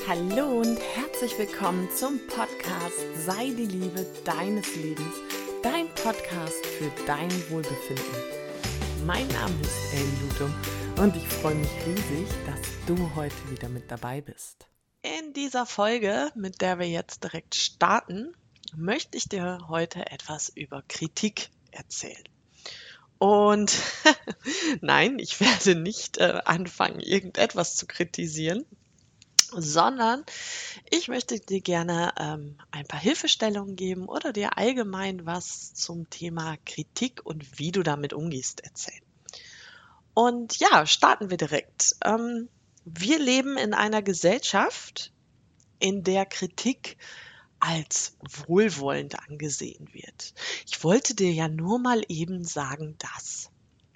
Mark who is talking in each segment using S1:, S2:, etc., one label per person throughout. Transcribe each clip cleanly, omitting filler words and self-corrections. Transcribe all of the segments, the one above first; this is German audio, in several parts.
S1: Hallo und herzlich willkommen zum Podcast Sei die Liebe deines Lebens, dein Podcast für dein Wohlbefinden. Mein Name ist Ellie Lutum und ich freue mich riesig, dass du heute wieder mit dabei bist. In dieser Folge, mit der wir jetzt direkt starten, möchte ich dir heute etwas über Kritik erzählen. Und nein, ich werde nicht anfangen, irgendetwas zu kritisieren, sondern ich möchte dir gerne ein paar Hilfestellungen geben oder dir allgemein was zum Thema Kritik und wie du damit umgehst erzählen. Und ja, starten wir direkt. Wir leben in einer Gesellschaft, in der Kritik als wohlwollend angesehen wird. Ich wollte dir ja nur mal eben sagen, das.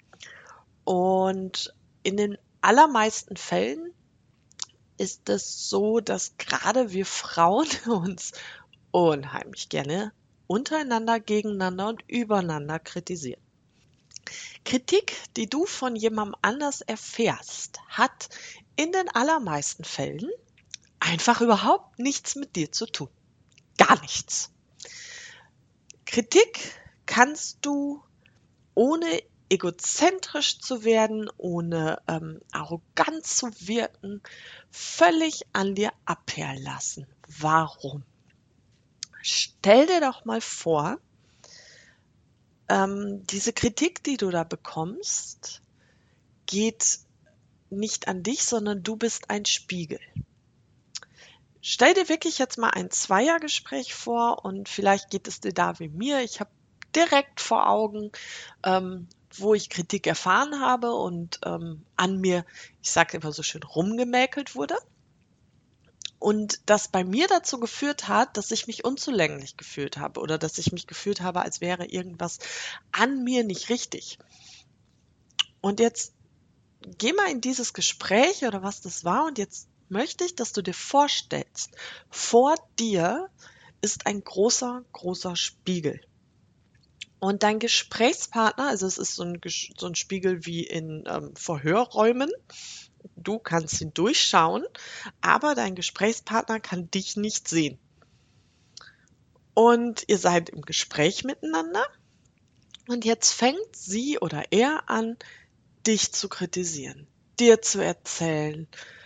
S1: Und in den allermeisten Fällen ist es so, dass gerade wir Frauen uns unheimlich gerne untereinander, gegeneinander und übereinander kritisieren. Kritik, die du von jemandem anders erfährst, hat in den allermeisten Fällen einfach überhaupt nichts mit dir zu tun. Gar nichts. Kritik kannst du ohne egozentrisch zu werden, ohne arrogant zu wirken, völlig an dir abperlen lassen. Warum? Stell dir doch mal vor, diese Kritik, die du da bekommst, geht nicht an dich, sondern du bist ein Spiegel. Stell dir wirklich jetzt mal ein Zweiergespräch vor und vielleicht geht es dir da wie mir. Ich habe direkt vor Augen, wo ich Kritik erfahren habe und an mir, ich sage immer so schön, rumgemäkelt wurde. Und das bei mir dazu geführt hat, dass ich mich unzulänglich gefühlt habe oder dass ich mich gefühlt habe, als wäre irgendwas an mir nicht richtig. Und jetzt geh mal in dieses Gespräch oder was das war und jetzt möchte ich, dass du dir vorstellst, vor dir ist ein großer, großer Spiegel. Und dein Gesprächspartner, also es ist so ein Spiegel wie in Verhörräumen, du kannst ihn durchschauen, aber dein Gesprächspartner kann dich nicht sehen. Und ihr seid im Gespräch miteinander und jetzt fängt sie oder er an, dich zu kritisieren, dir zu erzählen,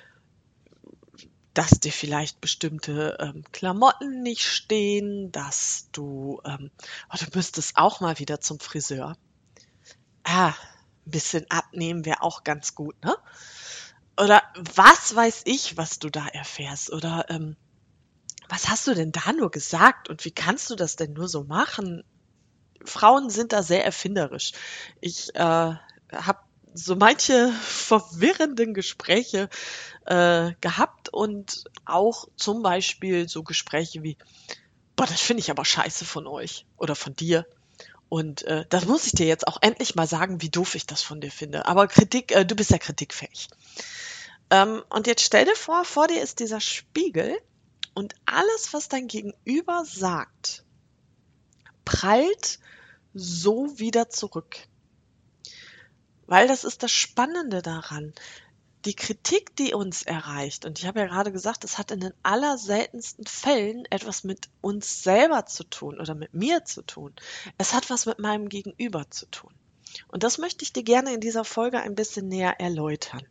S1: dass dir vielleicht bestimmte Klamotten nicht stehen, dass du müsstest auch mal wieder zum Friseur. Ein bisschen abnehmen wäre auch ganz gut, ne? Oder was weiß ich, was du da erfährst? Oder was hast du denn da nur gesagt? Und wie kannst du das denn nur so machen? Frauen sind da sehr erfinderisch. Ich habe so manche verwirrenden Gespräche gehabt und auch zum Beispiel so Gespräche wie, boah, das finde ich aber scheiße von euch oder von dir. Und das muss ich dir jetzt auch endlich mal sagen, wie doof ich das von dir finde. Aber Kritik, du bist ja kritikfähig. Und jetzt stell dir vor dir ist dieser Spiegel und alles, was dein Gegenüber sagt, prallt so wieder zurück. Weil das ist das Spannende daran. Die Kritik, die uns erreicht, und ich habe ja gerade gesagt, das hat in den allerseltensten Fällen etwas mit uns selber zu tun oder mit mir zu tun. Es hat was mit meinem Gegenüber zu tun. Und das möchte ich dir gerne in dieser Folge ein bisschen näher erläutern.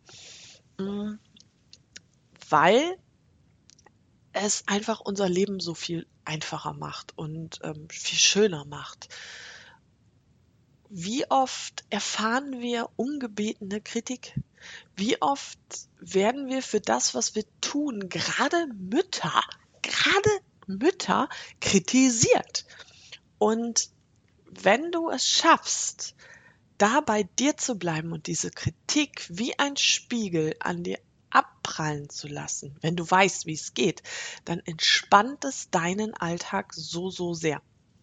S1: Weil es einfach unser Leben so viel einfacher macht und viel schöner macht. Wie oft erfahren wir ungebetene Kritik? Wie oft werden wir für das, was wir tun, gerade Mütter kritisiert? Und wenn du es schaffst, da bei dir zu bleiben und diese Kritik wie ein Spiegel an dir abprallen zu lassen, wenn du weißt, wie es geht, dann entspannt es deinen Alltag so, so sehr.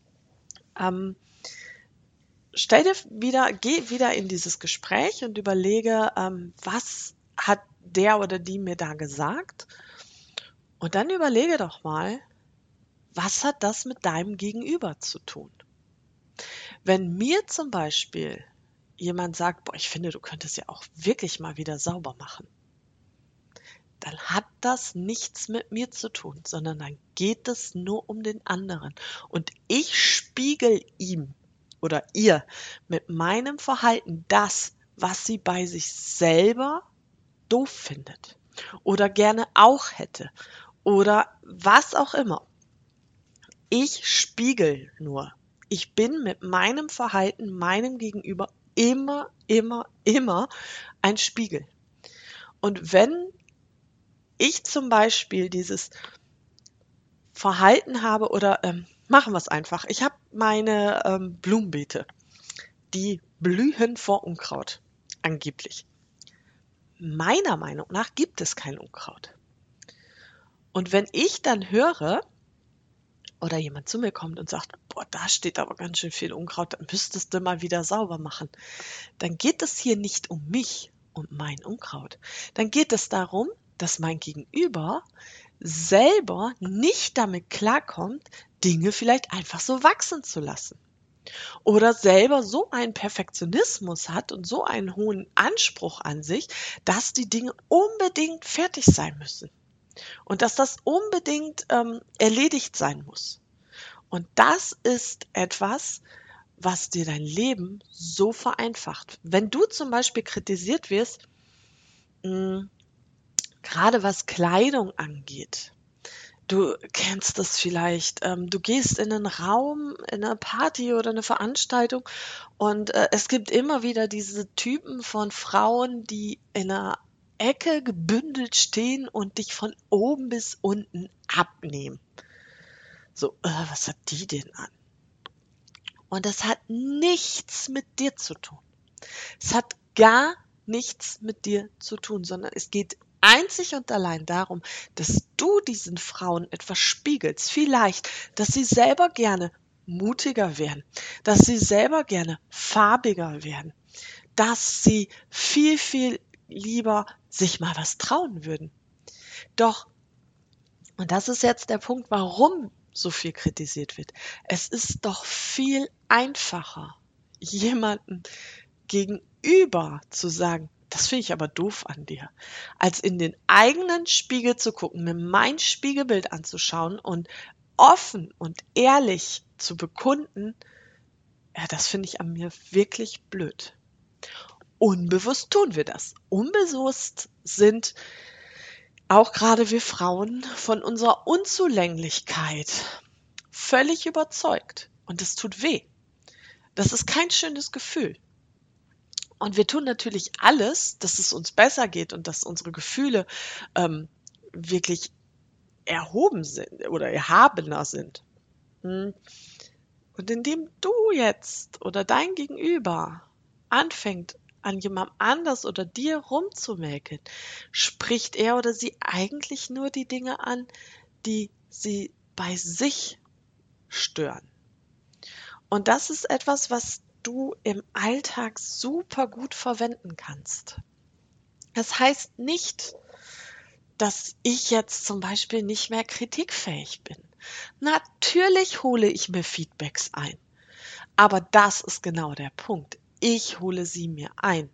S1: Geh wieder in dieses Gespräch und überlege, was hat der oder die mir da gesagt? Und dann überlege doch mal, was hat das mit deinem Gegenüber zu tun? Wenn mir zum Beispiel jemand sagt, boah, ich finde, du könntest ja auch wirklich mal wieder sauber machen, dann hat das nichts mit mir zu tun, sondern dann geht es nur um den anderen. Und ich spiegel ihm oder ihr mit meinem Verhalten das, was sie bei sich selber doof findet oder gerne auch hätte oder was auch immer. Ich spiegel nur. Ich bin mit meinem Verhalten meinem Gegenüber immer ein Spiegel. Und wenn ich zum Beispiel dieses Verhalten habe oder machen wir es einfach. Ich habe meine Blumenbeete, die blühen vor Unkraut, angeblich. Meiner Meinung nach gibt es kein Unkraut. Und wenn ich dann höre oder jemand zu mir kommt und sagt, boah, da steht aber ganz schön viel Unkraut, dann müsstest du mal wieder sauber machen, dann geht es hier nicht um mich und mein Unkraut. Dann geht es darum, dass mein Gegenüber selber nicht damit klarkommt, Dinge vielleicht einfach so wachsen zu lassen. Oder selber so einen Perfektionismus hat und so einen hohen Anspruch an sich, dass die Dinge unbedingt fertig sein müssen. Und dass das unbedingt erledigt sein muss. Und das ist etwas, was dir dein Leben so vereinfacht. Wenn du zum Beispiel kritisiert wirst, gerade was Kleidung angeht, du kennst das vielleicht, du gehst in einen Raum, in eine Party oder eine Veranstaltung und es gibt immer wieder diese Typen von Frauen, die in einer Ecke gebündelt stehen und dich von oben bis unten abnehmen. So, was hat die denn an? Und das hat nichts mit dir zu tun. Es hat gar nichts mit dir zu tun, sondern es geht einzig und allein darum, dass du diesen Frauen etwas spiegelst. Vielleicht, dass sie selber gerne mutiger werden, dass sie selber gerne farbiger werden, dass sie viel lieber sich mal was trauen würden. Doch, und das ist jetzt der Punkt, warum so viel kritisiert wird. Es ist doch viel einfacher, jemanden gegenüber zu sagen, das finde ich aber doof an dir, als in den eigenen Spiegel zu gucken, mir mein Spiegelbild anzuschauen und offen und ehrlich zu bekunden, ja, das finde ich an mir wirklich blöd. Unbewusst tun wir das. Unbewusst sind auch gerade wir Frauen von unserer Unzulänglichkeit völlig überzeugt. Und es tut weh. Das ist kein schönes Gefühl. Und wir tun natürlich alles, dass es uns besser geht und dass unsere Gefühle wirklich erhoben sind oder erhabener sind. Und indem du jetzt oder dein Gegenüber anfängt, an jemand anders oder dir rumzumäkeln, spricht er oder sie eigentlich nur die Dinge an, die sie bei sich stören. Und das ist etwas, was du im Alltag super gut verwenden kannst. Das heißt nicht, dass ich jetzt zum Beispiel nicht mehr kritikfähig bin. Natürlich hole ich mir Feedbacks ein. Aber das ist genau der Punkt. Ich hole sie mir ein.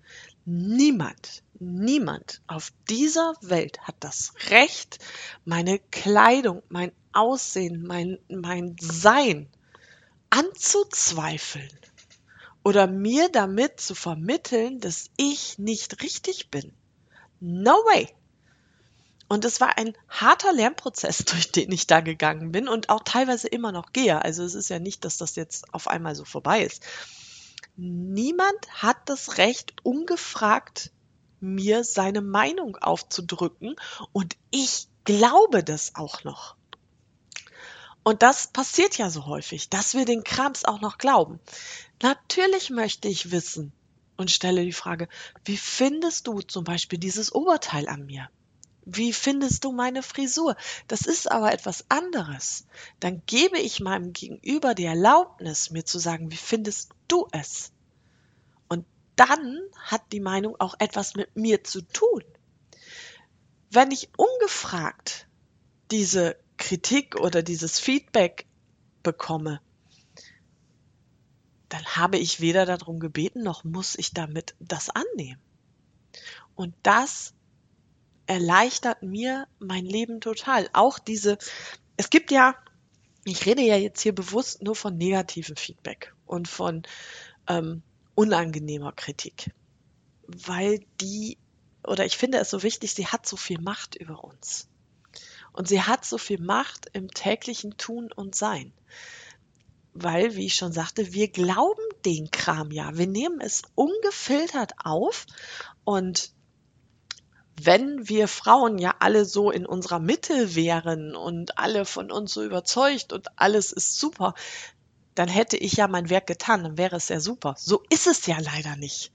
S1: Niemand auf dieser Welt hat das Recht, meine Kleidung, mein Aussehen, mein Sein anzuzweifeln oder mir damit zu vermitteln, dass ich nicht richtig bin. No way. Und es war ein harter Lernprozess, durch den ich da gegangen bin und auch teilweise immer noch gehe. Also es ist ja nicht, dass das jetzt auf einmal so vorbei ist. Niemand hat das Recht, ungefragt mir seine Meinung aufzudrücken und ich glaube das auch noch. Und das passiert ja so häufig, dass wir den Krams auch noch glauben. Natürlich möchte ich wissen und stelle die Frage, wie findest du zum Beispiel dieses Oberteil an mir? Wie findest du meine Frisur? Das ist aber etwas anderes. Dann gebe ich meinem Gegenüber die Erlaubnis, mir zu sagen, wie findest du es? Und dann hat die Meinung auch etwas mit mir zu tun. Wenn ich ungefragt diese Kritik oder dieses Feedback bekomme, dann habe ich weder darum gebeten, noch muss ich damit das annehmen. Und das erleichtert mir mein Leben total. Auch es gibt ja, ich rede ja jetzt hier bewusst nur von negativem Feedback und von ähm, unangenehmer Kritik, weil ich finde es so wichtig, sie hat so viel Macht über uns. Und sie hat so viel Macht im täglichen Tun und Sein. Weil, wie ich schon sagte, wir glauben den Kram ja. Wir nehmen es ungefiltert auf. Und wenn wir Frauen ja alle so in unserer Mitte wären und alle von uns so überzeugt und alles ist super, dann hätte ich ja mein Werk getan, dann wäre es ja super. So ist es ja leider nicht.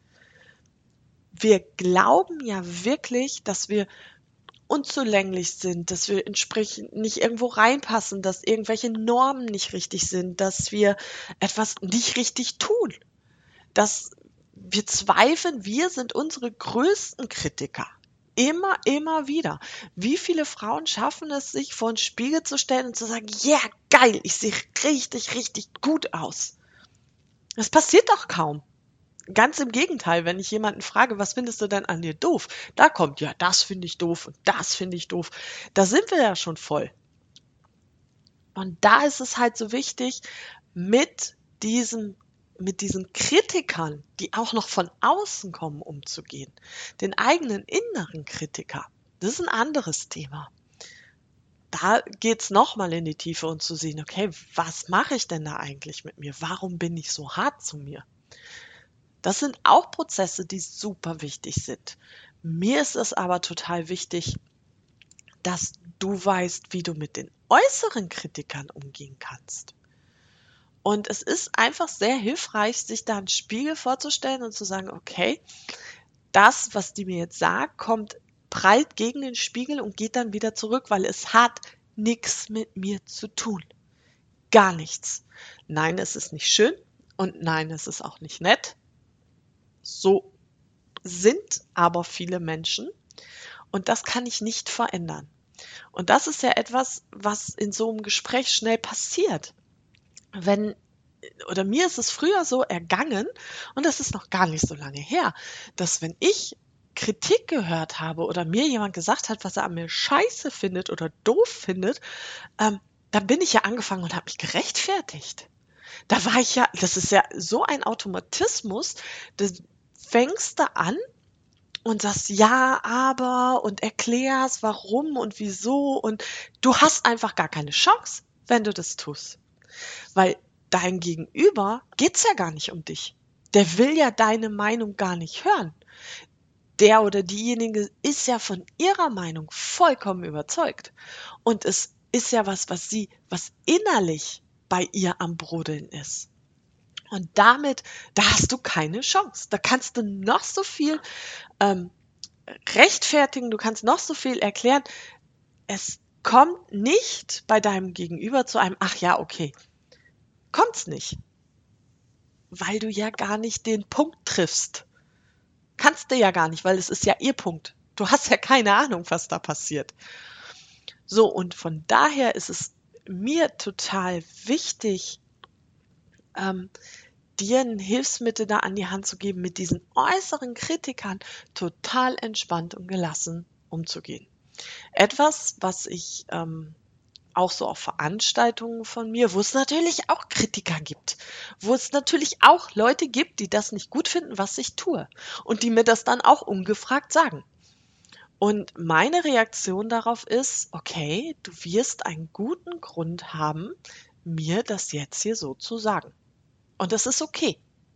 S1: Wir glauben ja wirklich, dass wir unzulänglich sind, dass wir entsprechend nicht irgendwo reinpassen, dass irgendwelche Normen nicht richtig sind, dass wir etwas nicht richtig tun, dass wir zweifeln, wir sind unsere größten Kritiker. Immer, immer wieder. Wie viele Frauen schaffen es, sich vor den Spiegel zu stellen und zu sagen, ja, yeah, geil, ich sehe richtig, richtig gut aus. Das passiert doch kaum. Ganz im Gegenteil, wenn ich jemanden frage, was findest du denn an dir doof? Da kommt, ja, das finde ich doof und das finde ich doof. Da sind wir ja schon voll. Und da ist es halt so wichtig, mit diesem, mit diesen Kritikern, die auch noch von außen kommen, umzugehen. Den eigenen inneren Kritiker. Das ist ein anderes Thema. Da geht's nochmal in die Tiefe und zu sehen, okay, was mache ich denn da eigentlich mit mir? Warum bin ich so hart zu mir? Das sind auch Prozesse, die super wichtig sind. Mir ist es aber total wichtig, dass du weißt, wie du mit den äußeren Kritikern umgehen kannst. Und es ist einfach sehr hilfreich, sich da einen Spiegel vorzustellen und zu sagen, okay, das, was die mir jetzt sagt, prallt gegen den Spiegel und geht dann wieder zurück, weil es hat nichts mit mir zu tun. Gar nichts. Nein, es ist nicht schön und nein, es ist auch nicht nett. So sind aber viele Menschen und das kann ich nicht verändern. Und das ist ja etwas, was in so einem Gespräch schnell passiert. Mir ist es früher so ergangen, und das ist noch gar nicht so lange her, dass wenn ich Kritik gehört habe oder mir jemand gesagt hat, was er an mir scheiße findet oder doof findet, dann bin ich ja angefangen und habe mich gerechtfertigt. Da war ich ja, das ist ja so ein Automatismus, das fängst du an und sagst ja, aber und erklärst warum und wieso und du hast einfach gar keine Chance, wenn du das tust. Weil dein Gegenüber geht's ja gar nicht um dich. Der will ja deine Meinung gar nicht hören. Der oder diejenige ist ja von ihrer Meinung vollkommen überzeugt. Und es ist ja was innerlich bei ihr am Brodeln ist. Und damit, da hast du keine Chance. Da kannst du noch so viel ähm, rechtfertigen, du kannst noch so viel erklären. Es kommt nicht bei deinem Gegenüber zu einem, ach ja, okay, kommt's nicht. Weil du ja gar nicht den Punkt triffst. Kannst du ja gar nicht, weil es ist ja ihr Punkt. Du hast ja keine Ahnung, was da passiert. So, und von daher ist es mir total wichtig, ähm, dir ein Hilfsmittel da an die Hand zu geben, mit diesen äußeren Kritikern total entspannt und gelassen umzugehen. Etwas, was ich auch so auf Veranstaltungen von mir, wo es natürlich auch Kritiker gibt, wo es natürlich auch Leute gibt, die das nicht gut finden, was ich tue und die mir das dann auch ungefragt sagen. Und meine Reaktion darauf ist, okay, du wirst einen guten Grund haben, mir das jetzt hier so zu sagen. Und das ist okay.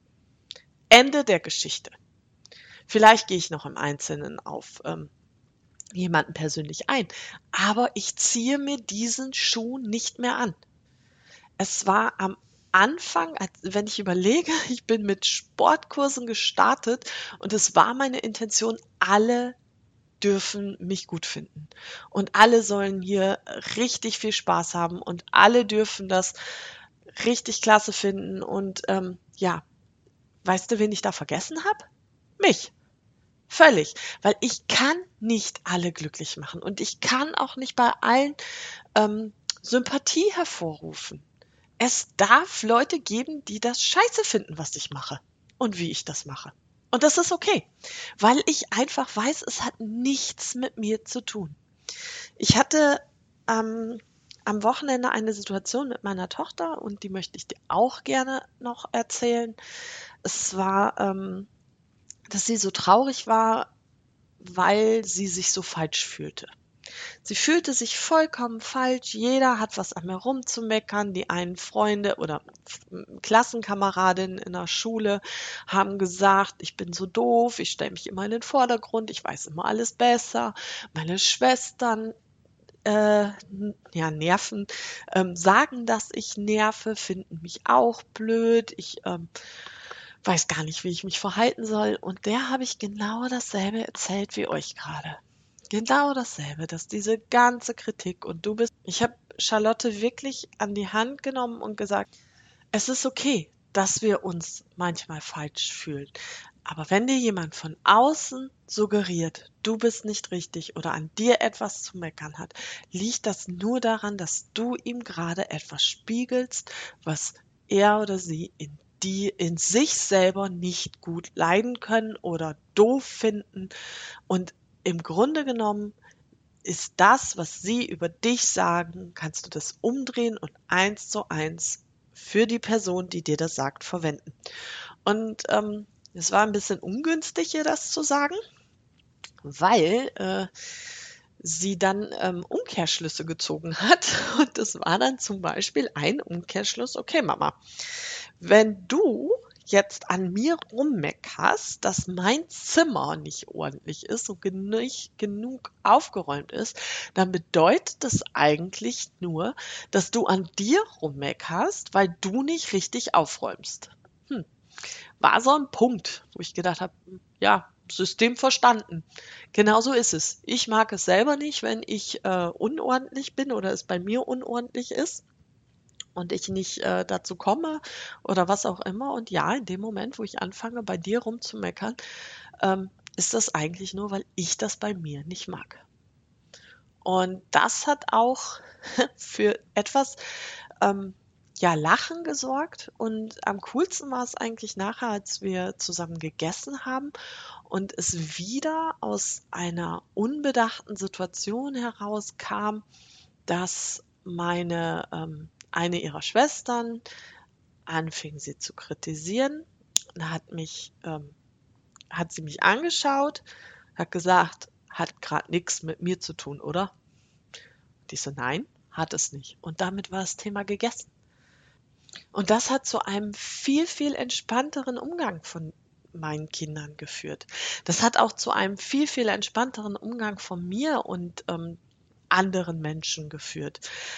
S1: Ende der Geschichte. Vielleicht gehe ich noch im Einzelnen auf jemanden persönlich ein, aber ich ziehe mir diesen Schuh nicht mehr an. Es war am Anfang, wenn ich überlege, ich bin mit Sportkursen gestartet und es war meine Intention, alle dürfen mich gut finden und alle sollen hier richtig viel Spaß haben und alle dürfen das richtig klasse finden und ja, weißt du, wen ich da vergessen habe? Mich. Völlig, weil ich kann nicht alle glücklich machen und ich kann auch nicht bei allen Sympathie hervorrufen. Es darf Leute geben, die das scheiße finden, was ich mache und wie ich das mache. Und das ist okay, weil ich einfach weiß, es hat nichts mit mir zu tun. Ich hatte am Wochenende eine Situation mit meiner Tochter und die möchte ich dir auch gerne noch erzählen. Es war, dass sie so traurig war, weil sie sich so falsch fühlte. Sie fühlte sich vollkommen falsch. Jeder hat was an mir rumzumeckern. Die einen Freunde oder Klassenkameradinnen in der Schule haben gesagt, ich bin so doof, ich stelle mich immer in den Vordergrund, ich weiß immer alles besser. Meine Schwestern nerven, sagen, dass ich nerve, finden mich auch blöd. Ich weiß gar nicht, wie ich mich verhalten soll. Und der habe ich genau dasselbe erzählt wie euch gerade. Genau dasselbe, dass diese ganze Kritik und du bist. Ich habe Charlotte wirklich an die Hand genommen und gesagt, es ist okay, dass wir uns manchmal falsch fühlen. Aber wenn dir jemand von außen suggeriert, du bist nicht richtig oder an dir etwas zu meckern hat, liegt das nur daran, dass du ihm gerade etwas spiegelst, was er oder sie in sich selber nicht gut leiden können oder doof finden. Und im Grunde genommen ist das, was sie über dich sagen, kannst du das umdrehen und 1:1 für die Person, die dir das sagt, verwenden. Und es war ein bisschen ungünstig, ihr das zu sagen, weil sie dann Umkehrschlüsse gezogen hat. Und das war dann zum Beispiel ein Umkehrschluss, okay, Mama, wenn du jetzt an mir rummeckerst, dass mein Zimmer nicht ordentlich ist und nicht genug aufgeräumt ist, dann bedeutet das eigentlich nur, dass du an dir rummeckerst, weil du nicht richtig aufräumst. War so ein Punkt, wo ich gedacht habe, ja, System verstanden. Genau so ist es. Ich mag es selber nicht, wenn ich unordentlich bin oder es bei mir unordentlich ist und ich nicht dazu komme oder was auch immer. Und ja, in dem Moment, wo ich anfange, bei dir rumzumeckern, ist das eigentlich nur, weil ich das bei mir nicht mag. Und das hat auch für etwas Lachen gesorgt. Und am coolsten war es eigentlich nachher, als wir zusammen gegessen haben und es wieder aus einer unbedachten Situation herauskam, dass eine ihrer Schwestern anfing, sie zu kritisieren. Da hat sie mich angeschaut, hat gesagt, hat gerade nichts mit mir zu tun, oder? Und ich so, nein, hat es nicht. Und damit war das Thema gegessen. Und das hat zu einem viel, viel entspannteren Umgang von meinen Kindern geführt. Das hat auch zu einem viel, viel entspannteren Umgang von mir und anderen Menschen geführt,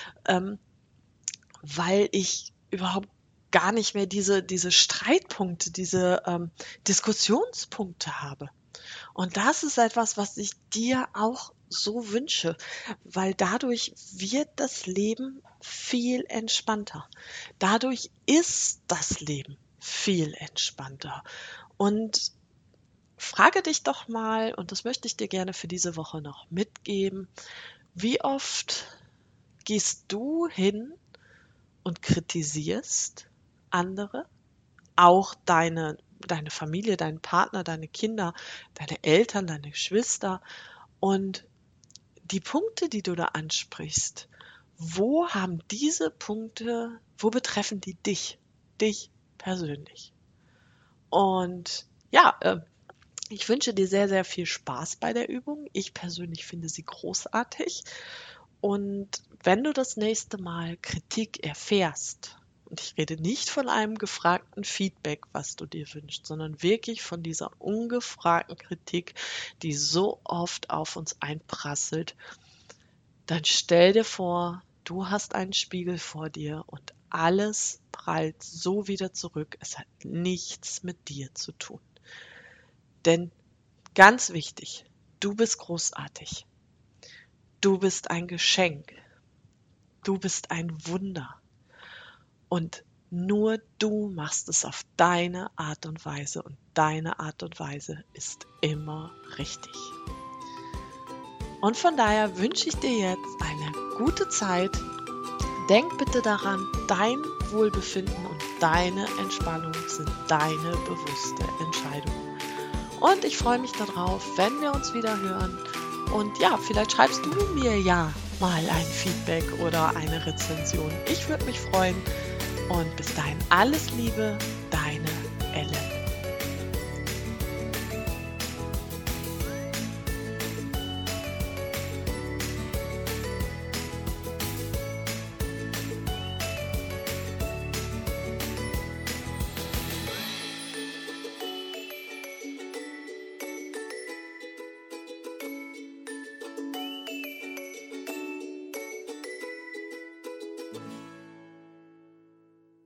S1: weil ich überhaupt gar nicht mehr diese Streitpunkte, diese Diskussionspunkte habe. Und das ist etwas, was ich dir auch so wünsche, weil dadurch wird das Leben viel entspannter. Dadurch ist das Leben viel entspannter. Und frage dich doch mal, und das möchte ich dir gerne für diese Woche noch mitgeben, wie oft gehst du hin und kritisierst andere, auch deine Familie, deinen Partner, deine Kinder, deine Eltern, deine Geschwister. Und die Punkte, die du da ansprichst, wo betreffen die dich persönlich? Und ja, ich wünsche dir sehr, sehr viel Spaß bei der Übung. Ich persönlich finde sie großartig. Und wenn du das nächste Mal Kritik erfährst, und ich rede nicht von einem gefragten Feedback, was du dir wünschst, sondern wirklich von dieser ungefragten Kritik, die so oft auf uns einprasselt, dann stell dir vor, du hast einen Spiegel vor dir und alles prallt so wieder zurück. Es hat nichts mit dir zu tun. Denn ganz wichtig, du bist großartig. Du bist ein Geschenk. Du bist ein Wunder. Und nur du machst es auf deine Art und Weise und deine Art und Weise ist immer richtig. Und von daher wünsche ich dir jetzt eine gute Zeit. Denk bitte daran, dein Wohlbefinden und deine Entspannung sind deine bewusste Entscheidung. Und ich freue mich darauf, wenn wir uns wieder hören. Und ja, vielleicht schreibst du mir ja mal ein Feedback oder eine Rezension. Ich würde mich freuen. Und bis dahin alles Liebe, deine